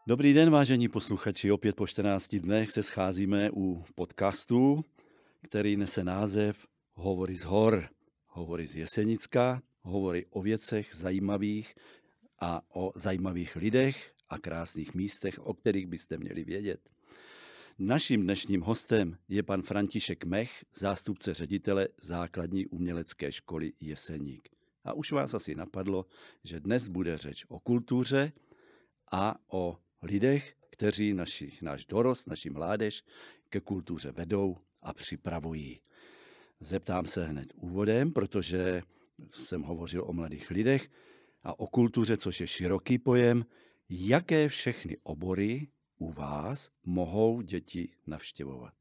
Dobrý den, vážení posluchači. Opět po 14 dnech se scházíme u podcastu, který nese název Hovory z hor. Hovory z Jesenicka, hovory o věcech zajímavých a o zajímavých lidech a krásných místech, o kterých byste měli vědět. Naším dnešním hostem je pan František Mech, zástupce ředitele Základní umělecké školy Jeseník. A už vás asi napadlo, že dnes bude řeč o kultuře a o lidech, kteří náš dorost, naši mládež ke kultuře vedou a připravují. Zeptám se hned úvodem, protože jsem hovořil o mladých lidech a o kultuře, což je široký pojem, jaké všechny obory u vás mohou děti navštěvovat.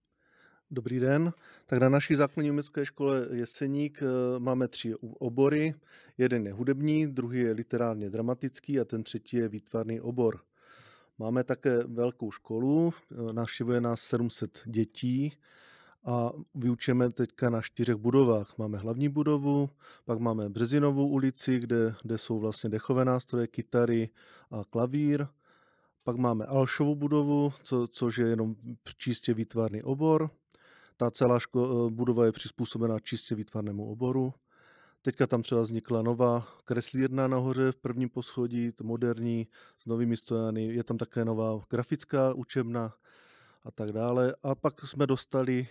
Dobrý den. Tak na naší základní umělecké škole Jeseník máme 3 obory. Jeden je hudební, druhý je literárně dramatický a ten třetí je výtvarný obor. Máme také velkou školu, navštěvuje nás 700 dětí a vyučujeme teďka na 4 budovách. Máme hlavní budovu, pak máme Březinovou ulici, kde jsou vlastně dechové nástroje, kytary a klavír. Pak máme Alšovu budovu, což je jenom čistě výtvarný obor. Ta celá budova je přizpůsobená čistě výtvarnému oboru. Teďka tam třeba vznikla nová kreslírna nahoře v prvním poschodí, to moderní, s novými stojany. Je tam také nová grafická učebna a tak dále. A pak jsme dostali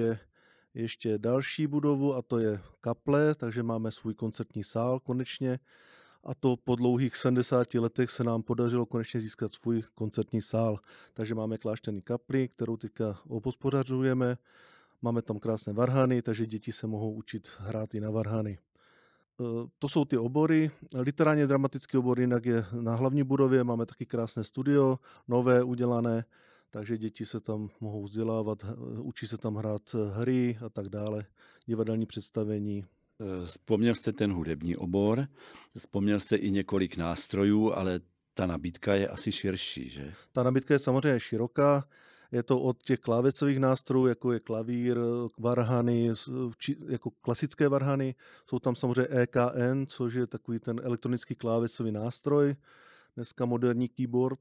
ještě další budovu a to je kaple, takže máme svůj koncertní sál konečně. A to po dlouhých 70 letech se nám podařilo konečně získat svůj koncertní sál. Takže máme klášterní kapli, kterou teďka obhospodařujeme. Máme tam krásné varhany, takže děti se mohou učit hrát i na varhany. To jsou ty obory. Literárně dramatický obor jinak je na hlavní budově, máme taky krásné studio, nové udělané, takže děti se tam mohou vzdělávat, učí se tam hrát hry a tak dále, divadelní představení. Vzpomněl jste ten hudební obor, vzpomněl jste i několik nástrojů, ale ta nabídka je asi širší, že? Ta nabídka je samozřejmě široká. Je to od těch klávesových nástrojů, jako je klavír, varhany, jako klasické varhany. Jsou tam samozřejmě EKN, což je takový ten elektronický klávesový nástroj, dneska moderní keyboard.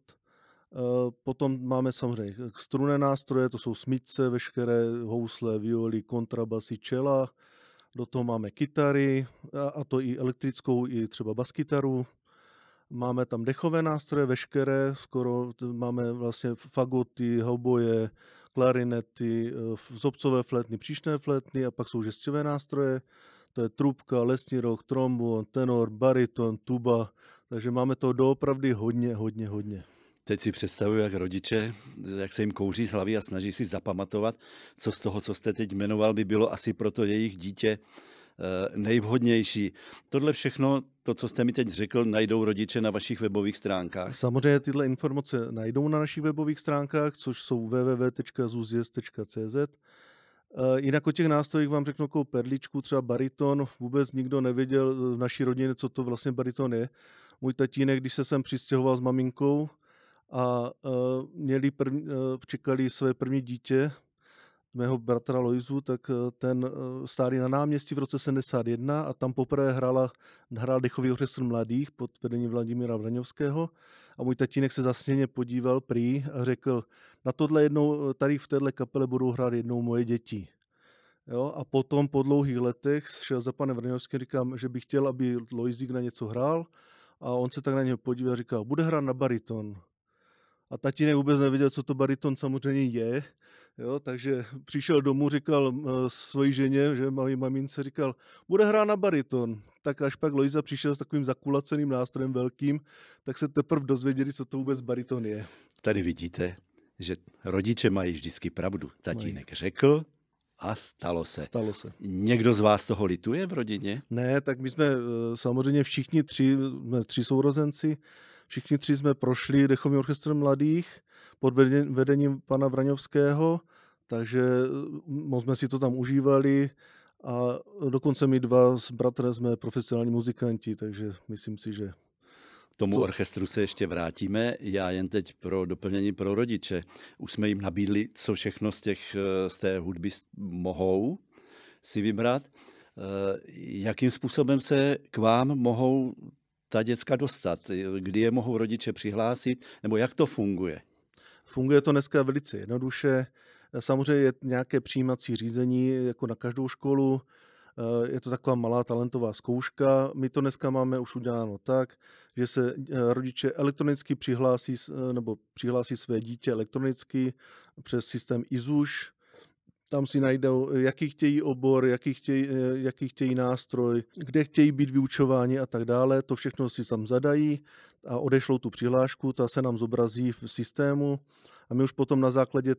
Potom máme samozřejmě strunné nástroje, to jsou smyčce, veškeré housle, violy, kontrabasy, čela. Do toho máme kytary, a to i elektrickou, i třeba baskytaru. Máme tam dechové nástroje veškeré, skoro máme vlastně fagoty, hoboje, klarinety, zobcové flétny, příšné flétny a pak jsou žesťové nástroje, to je trubka, lesní roh, trombon, tenor, bariton, tuba, takže máme to doopravdy hodně. Teď si představuji, jak rodiče, jak se jim kouří z hlavy a snaží si zapamatovat, co z toho, co jste teď jmenoval, by bylo asi pro to jejich dítě nejvhodnější. Tohle všechno, to, co jste mi teď řekl, najdou rodiče na vašich webových stránkách? Samozřejmě tyhle informace najdou na našich webových stránkách, což jsou www.zuzjes.cz. Jinak o těch nástrojích vám řeknu takovou perličku, třeba bariton. Vůbec nikdo nevěděl v naší rodině, co to vlastně bariton je. Můj tatínek, když se sem přistěhoval s maminkou a čekali své první dítě, mého bratra Lojzu, tak ten stáli na náměstí v roce 71 a tam poprvé hrál dechový orchestr mladých pod vedením Vladimíra Vraňovského a můj tatínek se zasněně podíval prý a řekl, na tohle jednou, tady v téhle kapele budou hrát jednou moje děti. Jo? A potom po dlouhých letech šel za panem Vraňovským, říkám, že bych chtěl, aby Lojzík na něco hrál a on se tak na něho podíval a říkal, bude hrát na bariton. A tatínek vůbec nevěděl, co to bariton samozřejmě je, jo, takže přišel domů, říkal svojí ženě, že mojí mamince říkal, bude hrát na bariton. Tak až pak Lojza přišel s takovým zakulaceným nástrojem velkým, tak se teprve dozvěděli, co to vůbec bariton je. Tady vidíte, že rodiče mají vždycky pravdu. Tatínek řekl a stalo se. Stalo se. Někdo z vás toho lituje v rodině? Ne, tak my jsme samozřejmě všichni tři sourozenci, všichni 3 jsme prošli dechovým orchestrem mladých pod vedením pana Vraňovského, takže moc jsme si to tam užívali a dokonce my 2 s bratrem jsme profesionální muzikanti, takže myslím si, že Tomu orchestru se ještě vrátíme. Já jen teď pro doplnění pro rodiče. Už jsme jim nabídli, co všechno z té hudby mohou si vybrat. Jakým způsobem se k vám mohou ta děcka dostat? Kdy je mohou rodiče přihlásit? Nebo jak to funguje? Funguje to dneska velice jednoduše. Samozřejmě je nějaké přijímací řízení jako na každou školu. Je to taková malá talentová zkouška. My to dneska máme už uděláno tak, že se rodiče elektronicky přihlásí své dítě elektronicky přes systém IZUŠ. Tam si najdou, jaký chtějí obor, jaký chtějí nástroj, kde chtějí být vyučováni a tak dále. To všechno si tam zadají a odešlou tu přihlášku, ta se nám zobrazí v systému a my už potom na základě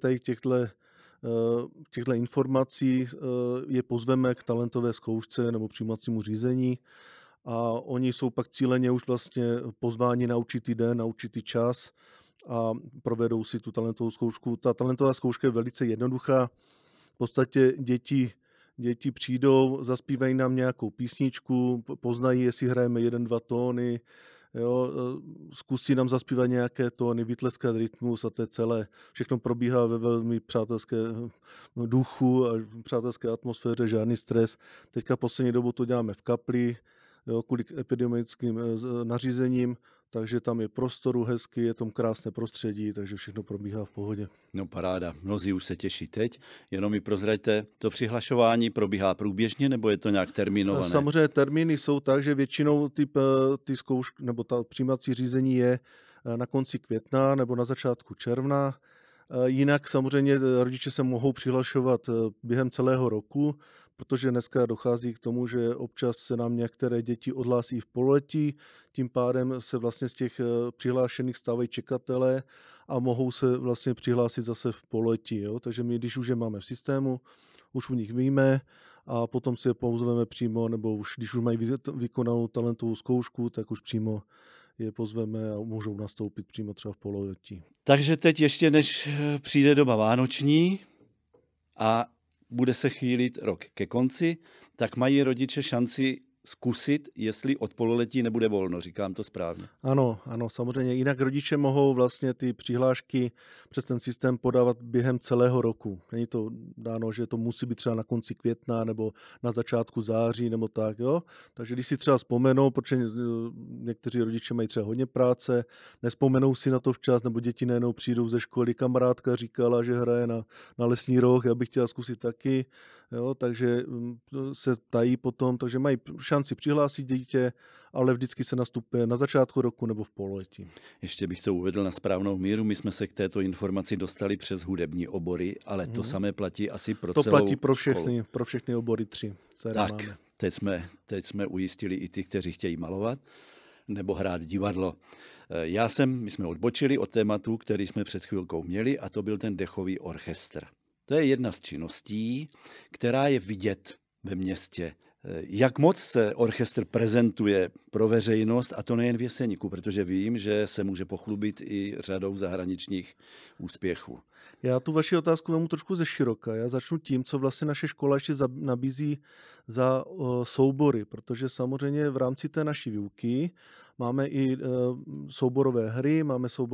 těchto informací je pozveme k talentové zkoušce nebo přijímacímu řízení a oni jsou pak cíleně už vlastně pozváni na určitý den, na určitý čas a provedou si tu talentovou zkoušku. Ta talentová zkouška je velice jednoduchá. V podstatě děti přijdou, zaspívají nám nějakou písničku, poznají, jestli hrajeme 1-2 tóny, jo, zkusí nám zaspívat nějaké tóny, vytleskat rytmus a to je celé. Všechno probíhá ve velmi přátelské duchu a přátelské atmosféře, žádný stres. Teďka poslední dobu to děláme v kapli, jo, kvůli epidemiologickým nařízením, takže tam je prostoru hezky, je tam krásné prostředí, takže všechno probíhá v pohodě. No paráda, mnozí už se těší teď, jenom mi prozraďte, to přihlašování probíhá průběžně nebo je to nějak termínované? Samozřejmě termíny jsou tak, že většinou ty zkoušky nebo ta přijímací řízení je na konci května nebo na začátku června. Jinak samozřejmě rodiče se mohou přihlašovat během celého roku, protože dneska dochází k tomu, že občas se nám některé děti odhlásí v pololetí, tím pádem se vlastně z těch přihlášených stávají čekatelé a mohou se vlastně přihlásit zase v pololetí. Jo? Takže my, když už je máme v systému, už u nich víme a potom si je pozveme přímo, nebo už když už mají vykonanou talentovou zkoušku, tak už přímo je pozveme a můžou nastoupit přímo třeba v pololetí. Takže teď ještě než přijde doba vánoční a bude se chýlit rok ke konci, tak mají rodiče šanci zkusit, jestli od pololetí nebude volno. Říkám to správně. Ano, samozřejmě. Jinak rodiče mohou vlastně ty přihlášky přes ten systém podávat během celého roku. Není to dáno, že to musí být třeba na konci května nebo na začátku září nebo tak, jo. Takže když si třeba vzpomenou, protože někteří rodiče mají třeba hodně práce, nespomenou si na to včas, nebo děti najednou přijdou ze školy, kamarádka říkala, že hraje na lesní roh, já bych chtěla zkusit taky, jo, takže se ptají potom, takže mají šanci přihlásit dítě, ale vždycky se nastupuje na začátku roku nebo v pololetí. Ještě bych to uvedl na správnou míru. My jsme se k této informaci dostali přes hudební obory, ale to samé platí asi pro to celou platí školu. pro všechny obory 3, které tak, máme. Teď jsme ujistili i ty, kteří chtějí malovat nebo hrát divadlo. My jsme odbočili od tématu, který jsme před chvilkou měli, a to byl ten dechový orchestr. To je jedna z činností, která je vidět ve městě. Jak moc se orchestr prezentuje pro veřejnost, a to nejen v Jeseníku, protože vím, že se může pochlubit i řadou zahraničních úspěchů. Já tu vaši otázku vemu trošku ze široka. Já začnu tím, co vlastně naše škola ještě nabízí za soubory, protože samozřejmě v rámci té naší výuky máme i souborové hry,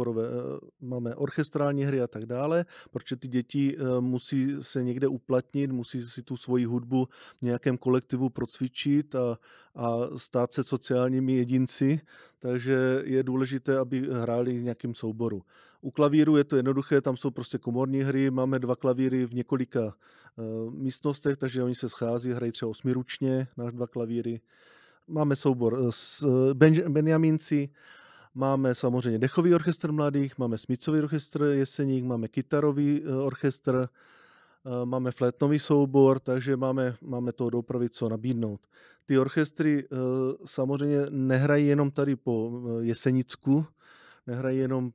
máme orchestrální hry a tak dále, protože ty děti musí se někde uplatnit, musí si tu svoji hudbu v nějakém kolektivu procvičit a stát se sociálními jedinci, takže je důležité, aby hráli v nějakém souboru. U klavíru je to jednoduché, tam jsou prostě komorní hry, máme 2 klavíry v několika místnostech, takže oni se schází, hrají třeba 8ručně, náš 2 klavíry. Máme soubor s Benjamínci, máme samozřejmě dechový orchestr mladých, máme smycový orchestr Jeseník, máme kytarový orchestr, máme flétnový soubor, takže máme toho doopravdy co nabídnout. Ty orchestry samozřejmě nehrají jenom tady po Jesenicku, nehrají jenom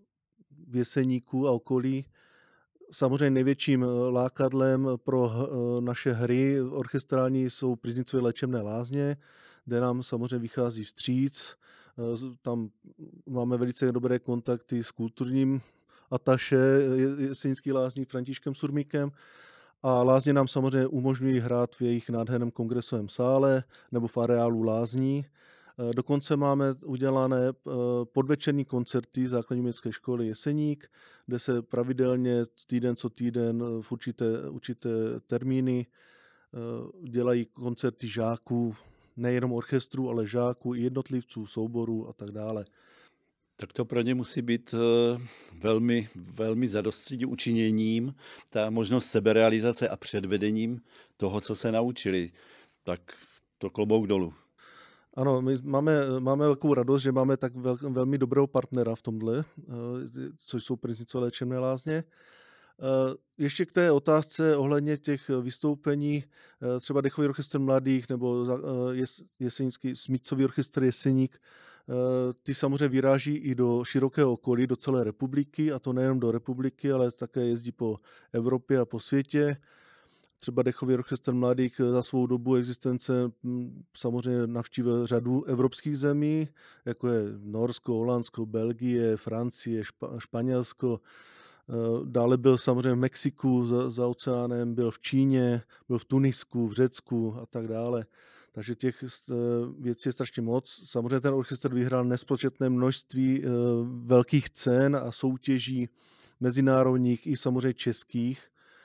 v Jeseníku a okolí. Samozřejmě největším lákadlem pro naše hry orchestrální jsou Priznicové léčebné lázně, kde nám samozřejmě vychází vstříc. Tam máme velice dobré kontakty s kulturním ataše Jesenických lázní Františkem Surmíkem a lázně nám samozřejmě umožňují hrát v jejich nádherném kongresovém sále nebo v areálu lázní. Dokonce máme udělané podvečerní koncerty základní umělecké školy Jeseník, kde se pravidelně týden co týden v určité termíny dělají koncerty žáků nejenom orchestrů, ale žáků, i jednotlivců, souborů a tak dále. Tak to pro ně musí být velmi, velmi zadosti učiněním, ta možnost seberealizace a předvedením toho, co se naučili. Tak to klobouk dolů. Ano, my máme velkou radost, že máme tak velmi dobrého partnera v tomhle, což jsou Princicové léčebné lázně. Ještě k té otázce ohledně těch vystoupení, třeba Dechový orchestr mladých nebo jesenický Smícový orchestr Jeseník, ty samozřejmě vyráží i do širokého okolí, do celé republiky, a to nejen do republiky, ale také jezdí po Evropě a po světě. Třeba Dechový orchestr mladých za svou dobu existence samozřejmě navštívil řadu evropských zemí, jako je Norsko, Holandsko, Belgie, Francie, Španělsko. Dále byl samozřejmě v Mexiku za oceánem, byl v Číně, byl v Tunisku, v Řecku a tak dále. Takže těch věcí je strašně moc. Samozřejmě ten orchestr vyhrál nespočetné množství velkých cen a soutěží mezinárodních i samozřejmě českých.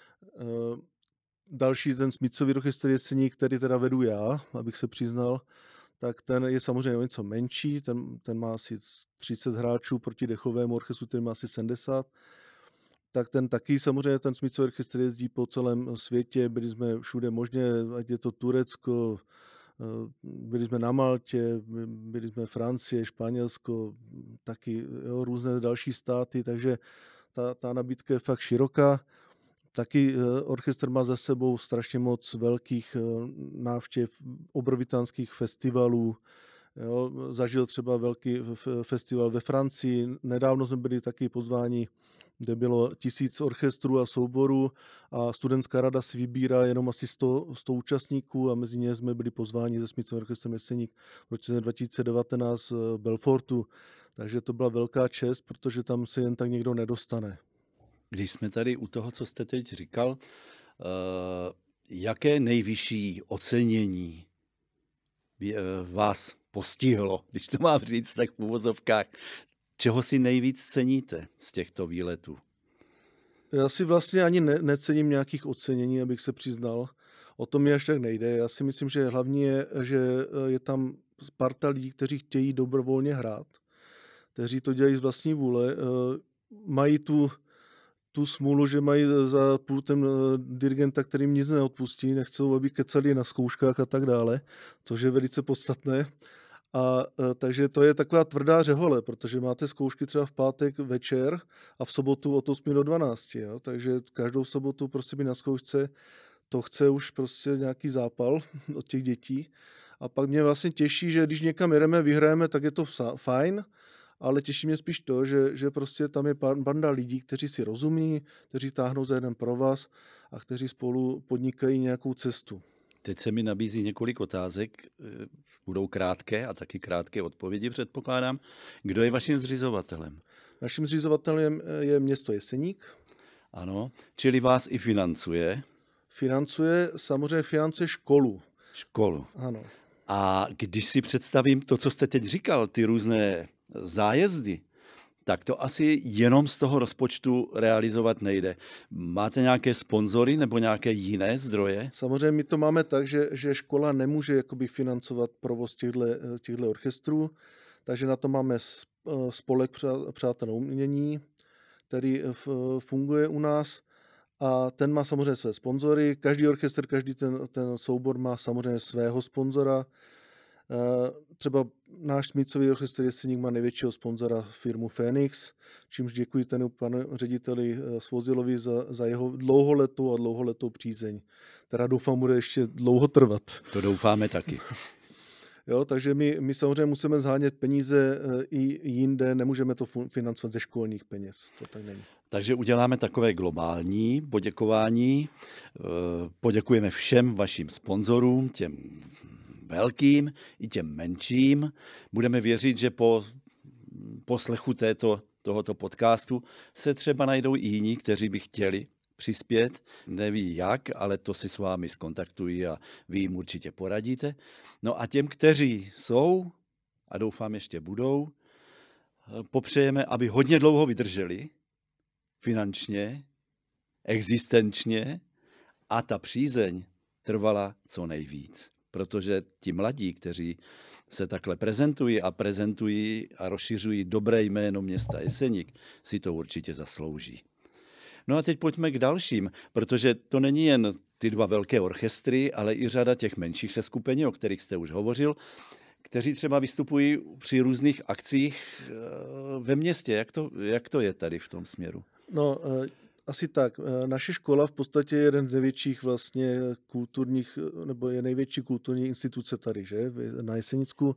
Další, ten Smícový orchestr Jeseník, který teda vedu já, abych se přiznal, tak ten je samozřejmě něco menší, ten má asi 30 hráčů proti Dechovému orchestru, který má asi 70. Tak ten taky samozřejmě, ten Smícový orchestr jezdí po celém světě, byli jsme všude možně, ať je to Turecko, byli jsme na Maltě, byli jsme Francie, Španělsko, taky různé další státy, takže ta nabídka je fakt široká. Taky orchestr má za sebou strašně moc velkých návštěv obrovitánských festivalů. Jo, zažil třeba velký festival ve Francii. Nedávno jsme byli taky pozváni, kde bylo 1000 orchestrů a souborů a studentská rada si vybírá jenom asi 100 účastníků a mezi ně jsme byli pozváni se Smícovým orchestrem Jeseník v roce 2019 v Belfortu. Takže to byla velká čest, protože tam se jen tak někdo nedostane. Když jsme tady u toho, co jste teď říkal, jaké nejvyšší ocenění vás postihlo, když to mám říct tak v uvozovkách, čeho si nejvíc ceníte z těchto výletů? Já si vlastně ani necením nějakých ocenění, abych se přiznal. O tom mi až tak nejde. Já si myslím, že hlavní je, že je tam parta lidí, kteří chtějí dobrovolně hrát, kteří to dělají z vlastní vůle, mají tu smůlu, že mají za pultem dirigenta, kterým nic neodpustí, nechcou, aby kecali na zkouškách a tak dále, což je velice podstatné. A takže to je taková tvrdá řehole, protože máte zkoušky třeba v pátek večer a v sobotu od 8 do 12. Jo? Takže každou sobotu prostě by na zkoušce to chce už prostě nějaký zápal od těch dětí. A pak mě vlastně těší, že když někam jedeme, vyhrajeme, tak je to fajn, ale těší mě spíš to, že prostě tam je banda lidí, kteří si rozumí, kteří táhnou za jeden provaz a kteří spolu podnikají nějakou cestu. Teď se mi nabízí několik otázek, budou krátké a taky krátké odpovědi, předpokládám. Kdo je vaším zřizovatelem? Naším zřizovatelem je město Jeseník. Ano, čili vás i financuje? Samozřejmě financuje školu. Školu. Ano. A když si představím to, co jste teď říkal, ty různé zájezdy, tak to asi jenom z toho rozpočtu realizovat nejde. Máte nějaké sponzory nebo nějaké jiné zdroje? Samozřejmě my to máme tak, že škola nemůže jakoby financovat provoz těchto orchestrů, takže na to máme spolek Přátel umění, který funguje u nás a ten má samozřejmě své sponzory. Každý orchestr, každý ten soubor má samozřejmě svého sponzora. Třeba náš Smícový orchestr Jeseník má největšího sponzora firmu Phoenix, čímž děkuji panu řediteli Svozilovi za jeho dlouholetou přízeň, která doufám bude ještě dlouho trvat. To doufáme taky. Jo, takže my samozřejmě musíme zhánět peníze i jinde, nemůžeme to financovat ze školních peněz, to tak není. Takže uděláme takové globální poděkování. Poděkujeme všem vašim sponzorům, těm velkým i těm menším. Budeme věřit, že po poslechu tohoto podcastu se třeba najdou i jiní, kteří by chtěli přispět. Neví jak, ale to si s vámi skontaktují a vy jim určitě poradíte. No a těm, kteří jsou a doufám ještě budou, popřejeme, aby hodně dlouho vydrželi finančně, existenčně a ta přízeň trvala co nejvíc. protože ti mladí, kteří se takhle prezentují a rozšiřují dobré jméno města Jeseník, si to určitě zaslouží. No a teď pojďme k dalším, protože to není jen ty dva velké orchestry, ale i řada těch menších seskupení, o kterých jste už hovořil, kteří třeba vystupují při různých akcích ve městě. Jak to je tady v tom směru? No, asi tak. Naše škola v podstatě je jeden z největších vlastně kulturních, nebo je největší kulturní instituce tady, že? Na Jesenicku.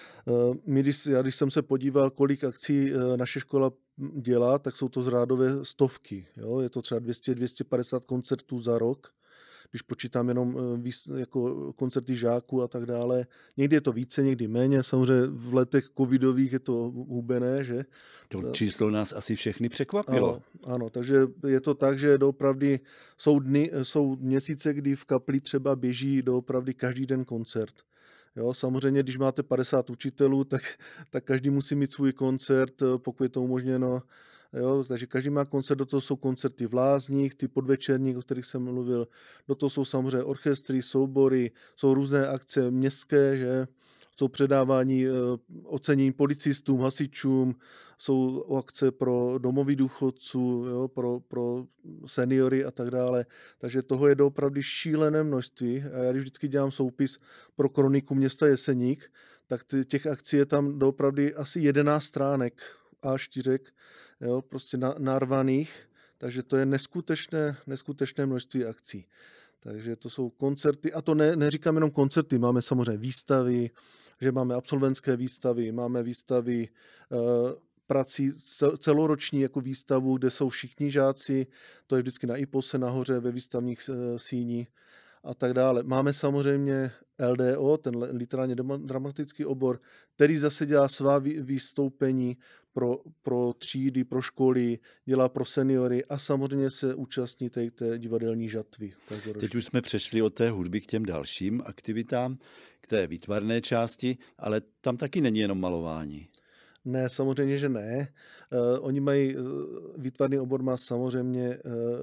Když jsem se podíval, kolik akcí naše škola dělá, tak jsou to řádové stovky. Jo? Je to třeba 200-250 koncertů za rok, když počítám jenom jako koncerty žáků a tak dále. Někdy je to více, někdy méně. Samozřejmě v letech covidových je to hubené, že? To číslo nás asi všechny překvapilo. Ano, takže je to tak, že doopravdy jsou měsíce, kdy v kapli třeba běží doopravdy každý den koncert. Jo, samozřejmě, když máte 50 učitelů, tak každý musí mít svůj koncert, pokud je to umožněno. Jo, takže každý má koncert, do toho jsou koncerty v Lázních, ty podvečerní, o kterých jsem mluvil. Do toho jsou samozřejmě orchestry, soubory, jsou různé akce městské, že jsou předávání ocenění policistům, hasičům, jsou akce pro domovy důchodců, jo, pro seniory a tak dále. Takže toho je doopravdy šílené množství. A já když vždycky dělám soupis pro kroniku města Jeseník, tak těch akcí je tam doopravdy asi 11 stránek A4, jo, prostě narvaných. Takže to je neskutečné množství akcí. Takže to jsou koncerty, a to neříkám jenom koncerty, máme samozřejmě výstavy, že máme absolventské výstavy, máme výstavy prací celoroční jako výstavu, kde jsou všichni žáci, to je vždycky na IPOSE nahoře ve výstavních síní a tak dále. Máme samozřejmě LDO, ten literárně dramatický obor, který zase dělá svá vystoupení pro třídy, pro školy, dělá pro seniory a samozřejmě se účastní té divadelní žatvy. Teď už jsme přešli od té hudby k těm dalším aktivitám, k té výtvarné části, ale tam taky není jenom malování. Ne, samozřejmě, že ne. Oni mají, výtvarný obor má samozřejmě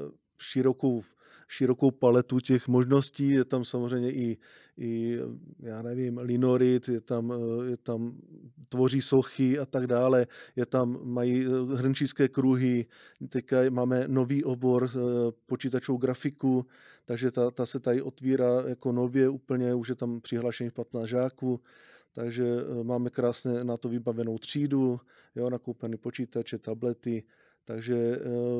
širokou paletu těch možností, je tam samozřejmě i já nevím, linorit, je tam tvoří sochy a tak dále, mají hrnčířské kruhy, teďka máme nový obor počítačovou grafiku, takže ta se tady otvírá jako nově úplně, už je tam přihlášených 15 žáků, takže máme krásně na to vybavenou třídu, jo, nakoupený počítače, tablety, takže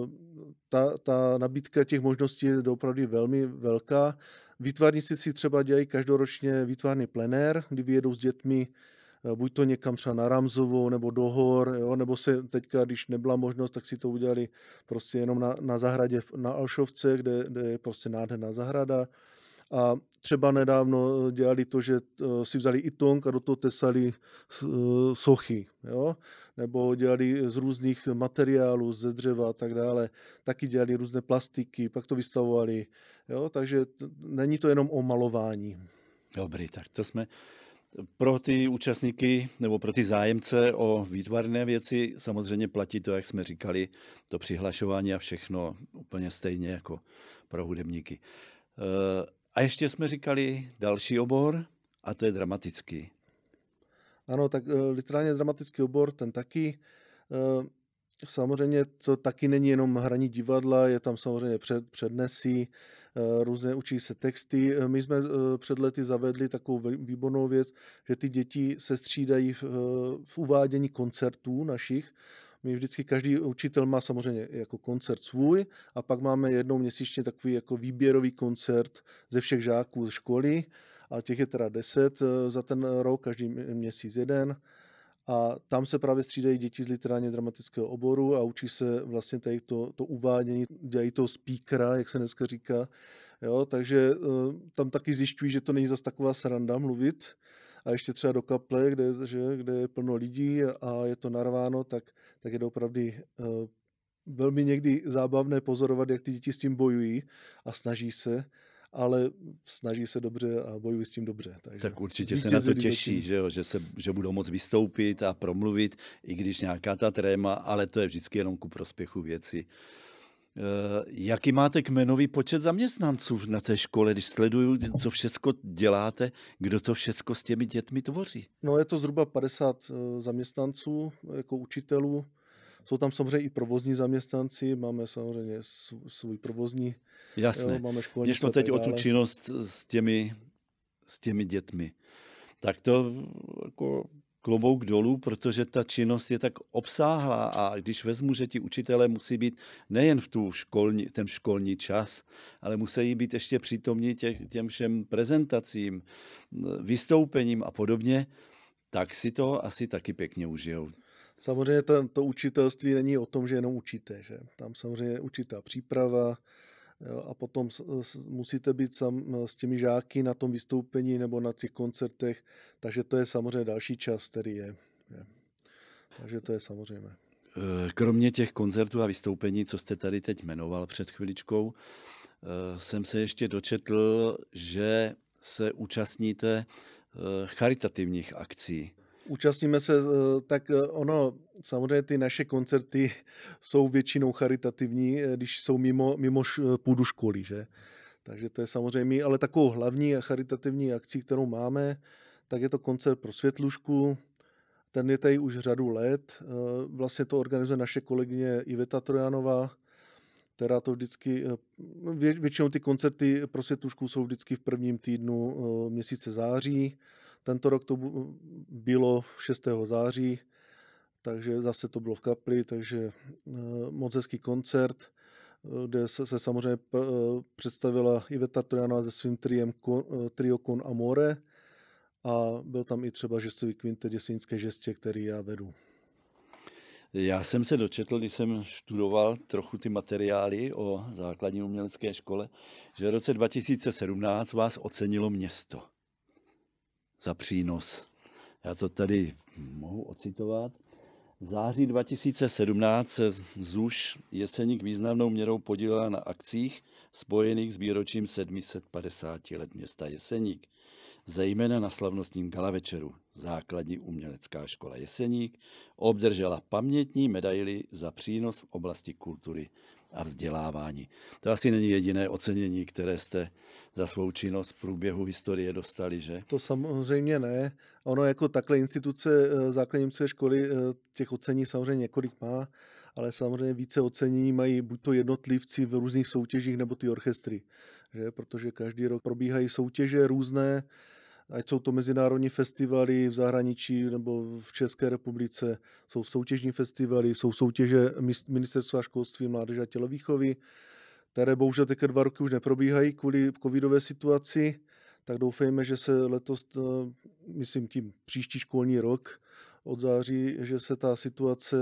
ta nabídka těch možností je opravdu velmi velká. Výtvarníci si třeba dělají každoročně výtvarný plenér, kdy vyjedou s dětmi buď to někam třeba na Ramzovou nebo do hor, jo, nebo se teďka, když nebyla možnost, tak si to udělali prostě jenom na zahradě na Alšovce, kde je prostě nádherná zahrada. A třeba nedávno dělali to, že si vzali itong a do toho tesali sochy, jo? Nebo dělali z různých materiálů, ze dřeva a tak dále. Taky dělali různé plastiky, pak to vystavovali. Jo? Takže není to jenom o malování. Dobrý, tak to jsme pro ty účastníky nebo pro ty zájemce o výtvarné věci samozřejmě platí to, jak jsme říkali, to přihlašování a všechno úplně stejně jako pro hudebníky. A ještě jsme říkali další obor, a to je dramatický. Ano, tak literárně dramatický obor, ten taky. Samozřejmě to taky není jenom hraní divadla, je tam samozřejmě přednesy, různé učí se texty. My jsme před lety zavedli takovou výbornou věc, že ty děti se střídají v uvádění koncertů našich. My vždycky, každý učitel má samozřejmě jako koncert svůj a pak máme jednou měsíčně takový jako výběrový koncert ze všech žáků ze školy a těch je teda 10 za ten rok, každý měsíc jeden. A tam se právě střídají děti z literárně dramatického oboru a učí se vlastně tady to uvádění, dělají to speakera, jak se dneska říká. Jo, takže tam taky zjišťují, že to není zas taková sranda mluvit. A ještě třeba do kaple, kde je plno lidí a je to narváno, tak je to opravdu velmi někdy zábavné pozorovat, jak ty děti s tím bojují a snaží se, ale snaží se dobře a bojují s tím dobře. Takže tak určitě se na to těší, že budou moct vystoupit a promluvit, i když nějaká ta tréma, ale to je vždycky jenom ku prospěchu věci. Jaký máte kmenový počet zaměstnanců na té škole, když sleduju, co všecko děláte, kdo to všecko s těmi dětmi tvoří? No, je to zhruba 50 zaměstnanců jako učitelů. Jsou tam samozřejmě i provozní zaměstnanci, máme samozřejmě svůj provozní, jo, Jasné. máme Mě školnice šlo a teď tak o tu dále. činnost s těmi dětmi. Tak to jako klobouk dolů, protože ta činnost je tak obsáhlá a když vezmu, že ti učitelé musí být nejen v ten školní čas, ale musí být ještě přítomní těm všem prezentacím, vystoupením a podobně, tak si to asi taky pěkně užijou. Samozřejmě to učitelství není o tom, že jenom učíte, že? Tam samozřejmě je určitá příprava, jo, a potom musíte být s těmi žáky na tom vystoupení nebo na těch koncertech, takže to je samozřejmě další čas, který je. Že? Takže to je samozřejmé. Kromě těch koncertů a vystoupení, co jste tady teď jmenoval před chviličkou, jsem se ještě dočetl, že se účastníte charitativních akcí. Účastníme se, tak ono, samozřejmě ty naše koncerty jsou většinou charitativní, když jsou mimo půdu školy, že? Takže to je samozřejmě, ale takovou hlavní a charitativní akcí, kterou máme, tak je to koncert pro Světlušku. Ten je tady už řadu let. Vlastně to organizuje naše kolegyně Iveta Trojanová, která to vždycky, většinou ty koncerty pro Světlušku jsou vždycky v prvním týdnu měsíce září. Tento rok to bylo 6. září, takže zase to bylo v kapli, takže moc hezký koncert, kde se samozřejmě představila Iveta Trojanová se svým trio Con Amore a byl tam i třeba žestový kvintet Jesenické žestě, který já vedu. Já jsem se dočetl, když jsem študoval trochu ty materiály o základní umělecké škole, že v roce 2017 vás ocenilo město za přínos. Já to tady mohu ocitovat. V září 2017 se ZUŠ Jeseník významnou měrou podílela na akcích spojených s výročím 750 let města Jeseník, zejména na slavnostním gala večeru. Základní umělecká škola Jeseník obdržela pamětní medaili za přínos v oblasti kultury a vzdělávání. To asi není jediné ocenění, které jste za svou činnost v průběhu historie dostali, že? To samozřejmě ne. Ono jako takhle instituce základní umělecké školy těch ocení samozřejmě několik má, ale samozřejmě více ocenění mají buď to jednotlivci v různých soutěžích nebo ty orchestry, že? Protože každý rok probíhají soutěže různé, ať jsou to mezinárodní festivaly v zahraničí nebo v České republice, jsou soutěžní festivaly, jsou soutěže Ministerstva školství, mládeže a tělovýchovy, které bohužel teď 2 roky už neprobíhají kvůli covidové situaci, tak doufejme, že se letos, myslím tím příští školní rok od září, že se ta situace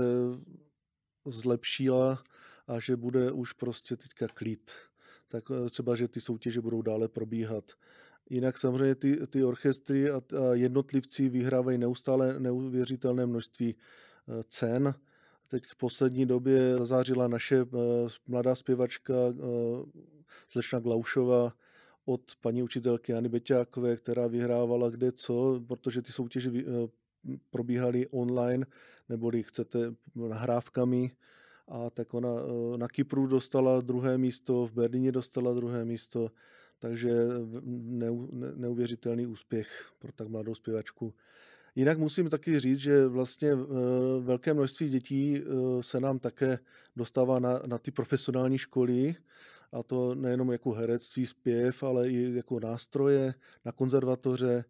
zlepšila a že bude už prostě teďka klid. Tak třeba, že ty soutěže budou dále probíhat. Jinak samozřejmě ty orchestry a jednotlivci vyhrávají neustále neuvěřitelné množství cen. Teď v poslední době zazářila naše mladá zpěvačka slečna Glaušová od paní učitelky Jany Beťákové, která vyhrávala kde co, protože ty soutěže probíhaly online, neboli chcete nahrávkami. A tak ona na Kypru dostala 2. místo, v Berlíně dostala 2. místo, takže neuvěřitelný úspěch pro tak mladou zpěvačku. Jinak musím taky říct, že vlastně velké množství dětí se nám také dostává na ty profesionální školy, a to nejenom jako herectví, zpěv, ale i jako nástroje, na konzervatoře.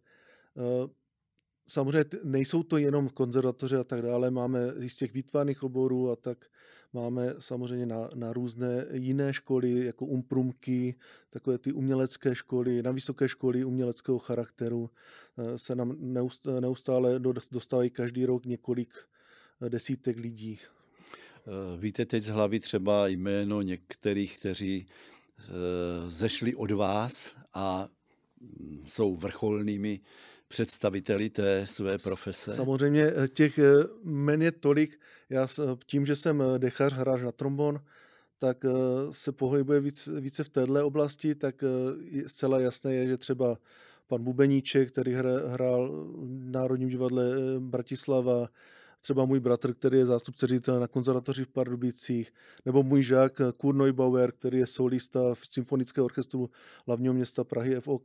Samozřejmě nejsou to jenom konzervatoře a tak dále, máme z těch výtvarných oborů a tak máme samozřejmě na různé jiné školy, jako umprumky, takové ty umělecké školy, na vysoké školy uměleckého charakteru se nám neustále dostávají každý rok několik desítek lidí. Víte teď z hlavy třeba jméno některých, kteří zešli od vás a jsou vrcholnými představiteli té své profese? Samozřejmě těch jmen je tolik. Já tím, že jsem dechař, hráč na trombon, tak se pohybuje více v téhle oblasti, tak zcela jasné je, že třeba pan Bubeníček, který hrál v Národním divadle Bratislava, třeba můj bratr, který je zástupce ředitele na konzervatoři v Pardubicích, nebo můj žák Kurt Neubauer, který je solista v symfonickém orchestru hlavního města Prahy FOK.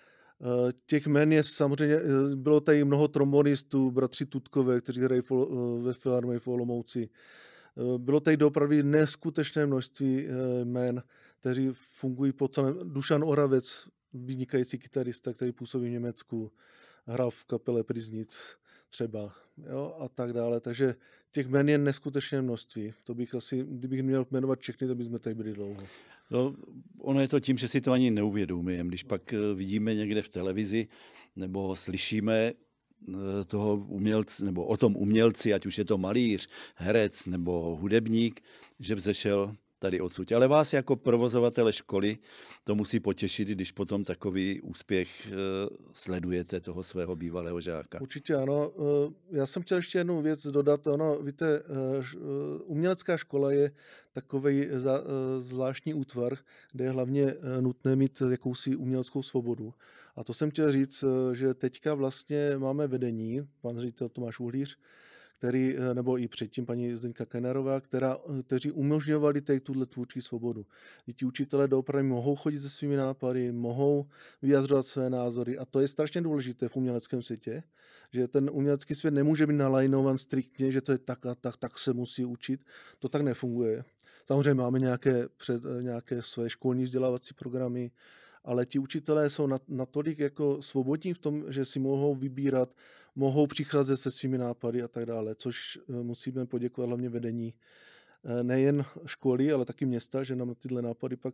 Těch jmen je samozřejmě, bylo tady mnoho trombonistů, bratři Tutkové, kteří hrají ve Filharmonii v Olomouci. Bylo tady doopravdy neskutečné množství jmen, kteří fungují po celém. Dušan Oravec, vynikající kytarista, který působí v Německu, hrál v kapele Priznic třeba, jo, a tak dále. Takže těch jmen je neskutečné množství. To bych asi, kdybych měl jmenovat všechny, to bychom tady byli dlouho. No, ono je to tím, že si to ani neuvědomujeme. Když pak vidíme někde v televizi nebo slyšíme toho umělce, nebo o tom umělci, ať už je to malíř, herec nebo hudebník, že vzešel tady odsud. Ale vás jako provozovatele školy to musí potěšit, když potom takový úspěch sledujete toho svého bývalého žáka. Určitě ano. Já jsem chtěl ještě jednu věc dodat. Ono, víte, umělecká škola je takový zvláštní útvar, kde je hlavně nutné mít jakousi uměleckou svobodu. A to jsem chtěl říct, že teďka vlastně máme vedení, pan ředitel Tomáš Uhlíř, který, nebo i předtím paní Zdeňka Kenerová, kteří umožňovali tady tuhle tvůrčí svobodu. Ti učitelé doopravdy mohou chodit se svými nápady, mohou vyjadřovat své názory a to je strašně důležité v uměleckém světě, že ten umělecký svět nemůže být nalajnovan striktně, že to je tak a tak se musí učit. To tak nefunguje. Samozřejmě máme nějaké své školní vzdělávací programy, ale ti učitelé jsou natolik jako svobodní v tom, že si mohou vybírat, mohou přicházet se svými nápady a tak dále, což musíme poděkovat hlavně vedení nejen školy, ale taky města, že nám na tyhle nápady pak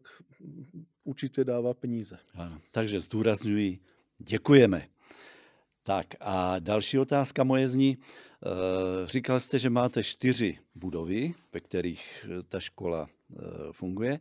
určitě dává peníze. Ano, takže zdůrazňuji, děkujeme. Tak a další otázka moje zní, říkal jste, že máte 4 budovy, ve kterých ta škola funguje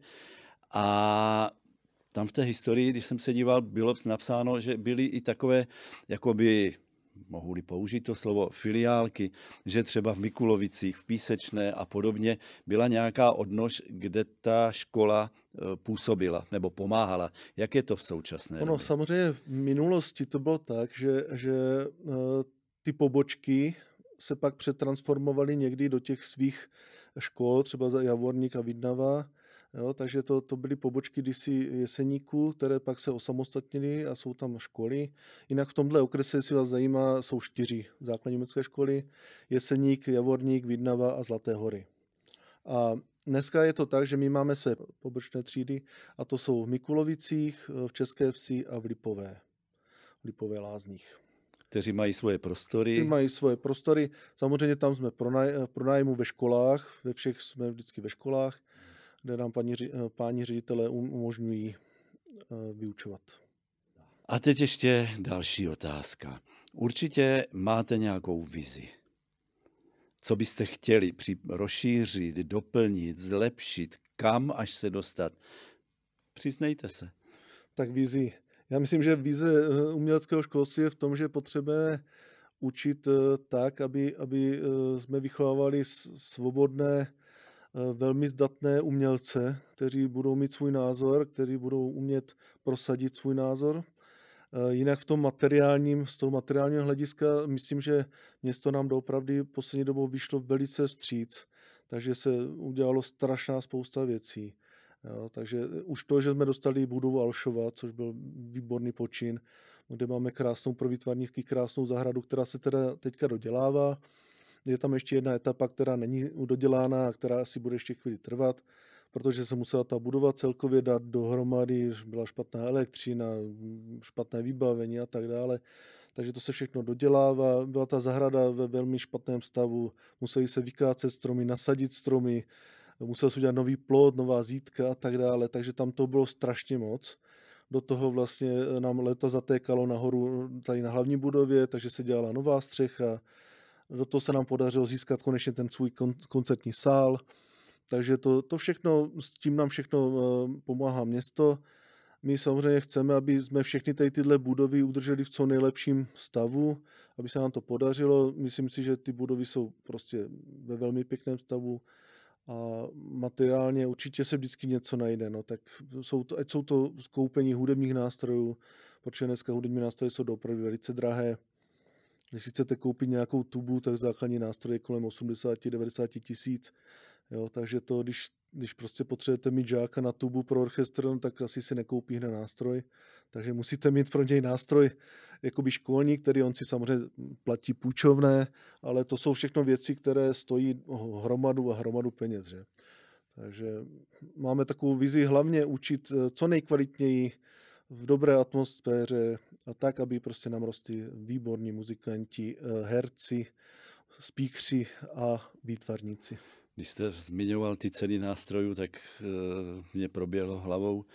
a tam v té historii, když jsem se díval, bylo napsáno, že byly i takové, jakoby, mohu-li použít to slovo, filiálky, že třeba v Mikulovicích, v Písečné a podobně byla nějaká odnož, kde ta škola působila nebo pomáhala. Jak je to v současné době? Samozřejmě v minulosti to bylo tak, že ty pobočky se pak přetransformovaly někdy do těch svých škol, třeba Javorník a Vidnava. Jo, takže to byly pobočky kdysi Jeseníků, které pak se osamostatnily a jsou tam školy. Jinak v tomhle okrese, jestli vás zajímá, jsou 4 základní německé školy. Jeseník, Javorník, Vidnava a Zlaté hory. A dneska je to tak, že my máme své pobočné třídy a to jsou v Mikulovicích, v České Vsi a v Lipové Lázních. Kteří mají svoje prostory. Ty mají svoje prostory. Samozřejmě tam jsme pro nájmu ve školách, ve všech jsme vždycky ve školách, kde nám páni ředitelé umožňují vyučovat. A teď ještě další otázka. Určitě máte nějakou vizi. Co byste chtěli rozšířit, doplnit, zlepšit, kam až se dostat? Přiznejte se. Tak vizi. Já myslím, že vize uměleckého školství je v tom, že potřebujeme učit tak, aby jsme vychovávali svobodné, velmi zdatné umělce, kteří budou mít svůj názor, kteří budou umět prosadit svůj názor. Jinak z toho materiálního hlediska myslím, že město nám doopravdy poslední dobou vyšlo velice vstříc, takže se udělalo strašná spousta věcí. Jo, takže už to, že jsme dostali budovu Alšova, což byl výborný počin, kde máme krásnou pro výtvarníky, krásnou zahradu, která se teda teďka dodělává. Je tam ještě jedna etapa, která není dodělána a která asi bude ještě chvíli trvat, protože se musela ta budova celkově dát dohromady, byla špatná elektřina, špatné vybavení a tak dále. Takže to se všechno dodělává. Byla ta zahrada ve velmi špatném stavu, museli se vykácet stromy, nasadit stromy, musel se udělat nový plot, nová zítka a tak dále, takže tam to bylo strašně moc. Do toho vlastně nám léta zatékalo nahoru tady na hlavní budově, takže se dělala nová střecha. Do toho se nám podařilo získat konečně ten svůj koncertní sál. Takže to všechno, s tím nám všechno pomáhá město. My samozřejmě chceme, aby jsme všechny tyhle budovy udrželi v co nejlepším stavu, aby se nám to podařilo. Myslím si, že ty budovy jsou prostě ve velmi pěkném stavu a materiálně určitě se vždycky něco najde. No, tak ať jsou to skoupení hudebních nástrojů, protože dneska hudební nástroje jsou opravdu velice drahé. Když si chcete koupit nějakou tubu, tak základní nástroj je kolem 80-90 tisíc. Jo, takže to, když prostě potřebujete mít žáka na tubu pro orchestr, no, tak asi si nekoupí hned nástroj. Takže musíte mít pro něj nástroj jakoby školní, který on si samozřejmě platí půjčovné, ale to jsou všechno věci, které stojí hromadu a hromadu peněz. Že? Takže máme takovou vizi hlavně učit co nejkvalitněji v dobré atmosféře a tak, aby prostě nám rostli výborní muzikanti, herci, speakři a výtvarníci. Když jste zmiňoval ty ceny nástrojů, tak mě proběhlo hlavou.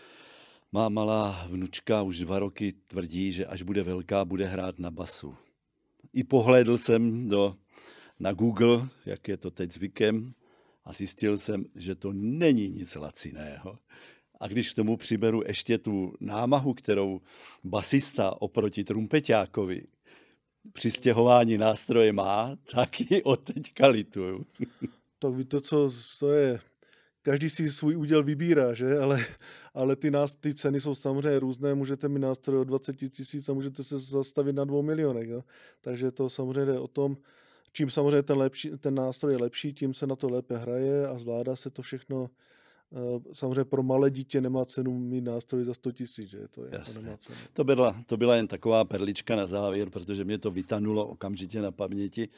Má malá vnučka už 2 roky tvrdí, že až bude velká, bude hrát na basu. I pohlédl jsem na Google, jak je to teď zvykem, a zjistil jsem, že to není nic laciného. A když k tomu přiberu ještě tu námahu, kterou basista oproti trumpeťákovi při stěhování nástroje má, tak ji od teďka lituju. Tak víte, co to je? Každý si svůj úděl vybírá, že? Ale ty ceny jsou samozřejmě různé. Můžete mít nástroj o 20 tisíc a můžete se zastavit na 2 milionech. Jo? Takže to samozřejmě jde o tom, čím samozřejmě ten nástroj je lepší, tím se na to lépe hraje a zvládá se to všechno. Samozřejmě pro malé dítě nemá cenu mít nástroj za 100 tisíc, že? To nemá cenu. To byla jen taková perlička na závěr, protože mě to vytanulo okamžitě na paměti.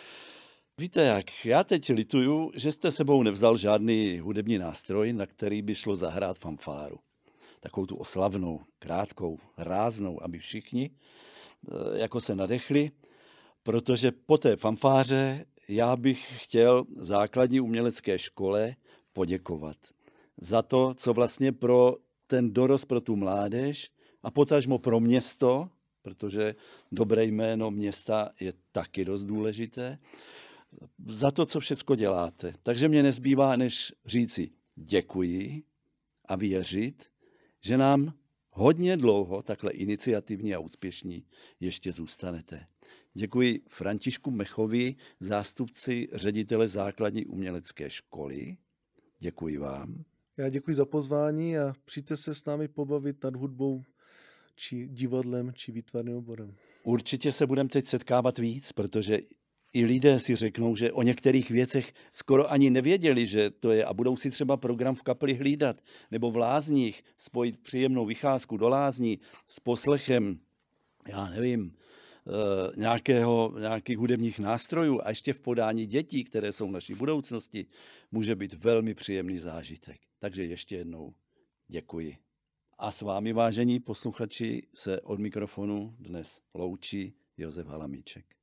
Víte jak, já teď lituju, že jste sebou nevzal žádný hudební nástroj, na který by šlo zahrát fanfáru. Takovou tu oslavnou, krátkou, ráznou, aby všichni jako se nadechli, protože po té fanfáře já bych chtěl základní umělecké škole poděkovat za to, co vlastně pro ten dorost, pro tu mládež a potažmo pro město, protože dobré jméno města je taky dost důležité, za to, co všecko děláte. Takže mě nezbývá, než říci děkuji a věřit, že nám hodně dlouho takhle iniciativní a úspěšní ještě zůstanete. Děkuji Františku Mechovi, zástupci ředitele základní umělecké školy. Děkuji vám. Já děkuji za pozvání a přijďte se s námi pobavit nad hudbou, či divadlem, či výtvarným oborem. Určitě se budeme teď setkávat víc, protože i lidé si řeknou, že o některých věcech skoro ani nevěděli, že to je a budou si třeba program v kapli hlídat nebo v lázních spojit příjemnou vycházku do lázní s poslechem, já nevím, nějakých hudebních nástrojů a ještě v podání dětí, které jsou naší budoucnosti, může být velmi příjemný zážitek. Takže ještě jednou děkuji. A s vámi, vážení posluchači, se od mikrofonu dnes loučí Josef Halamíček.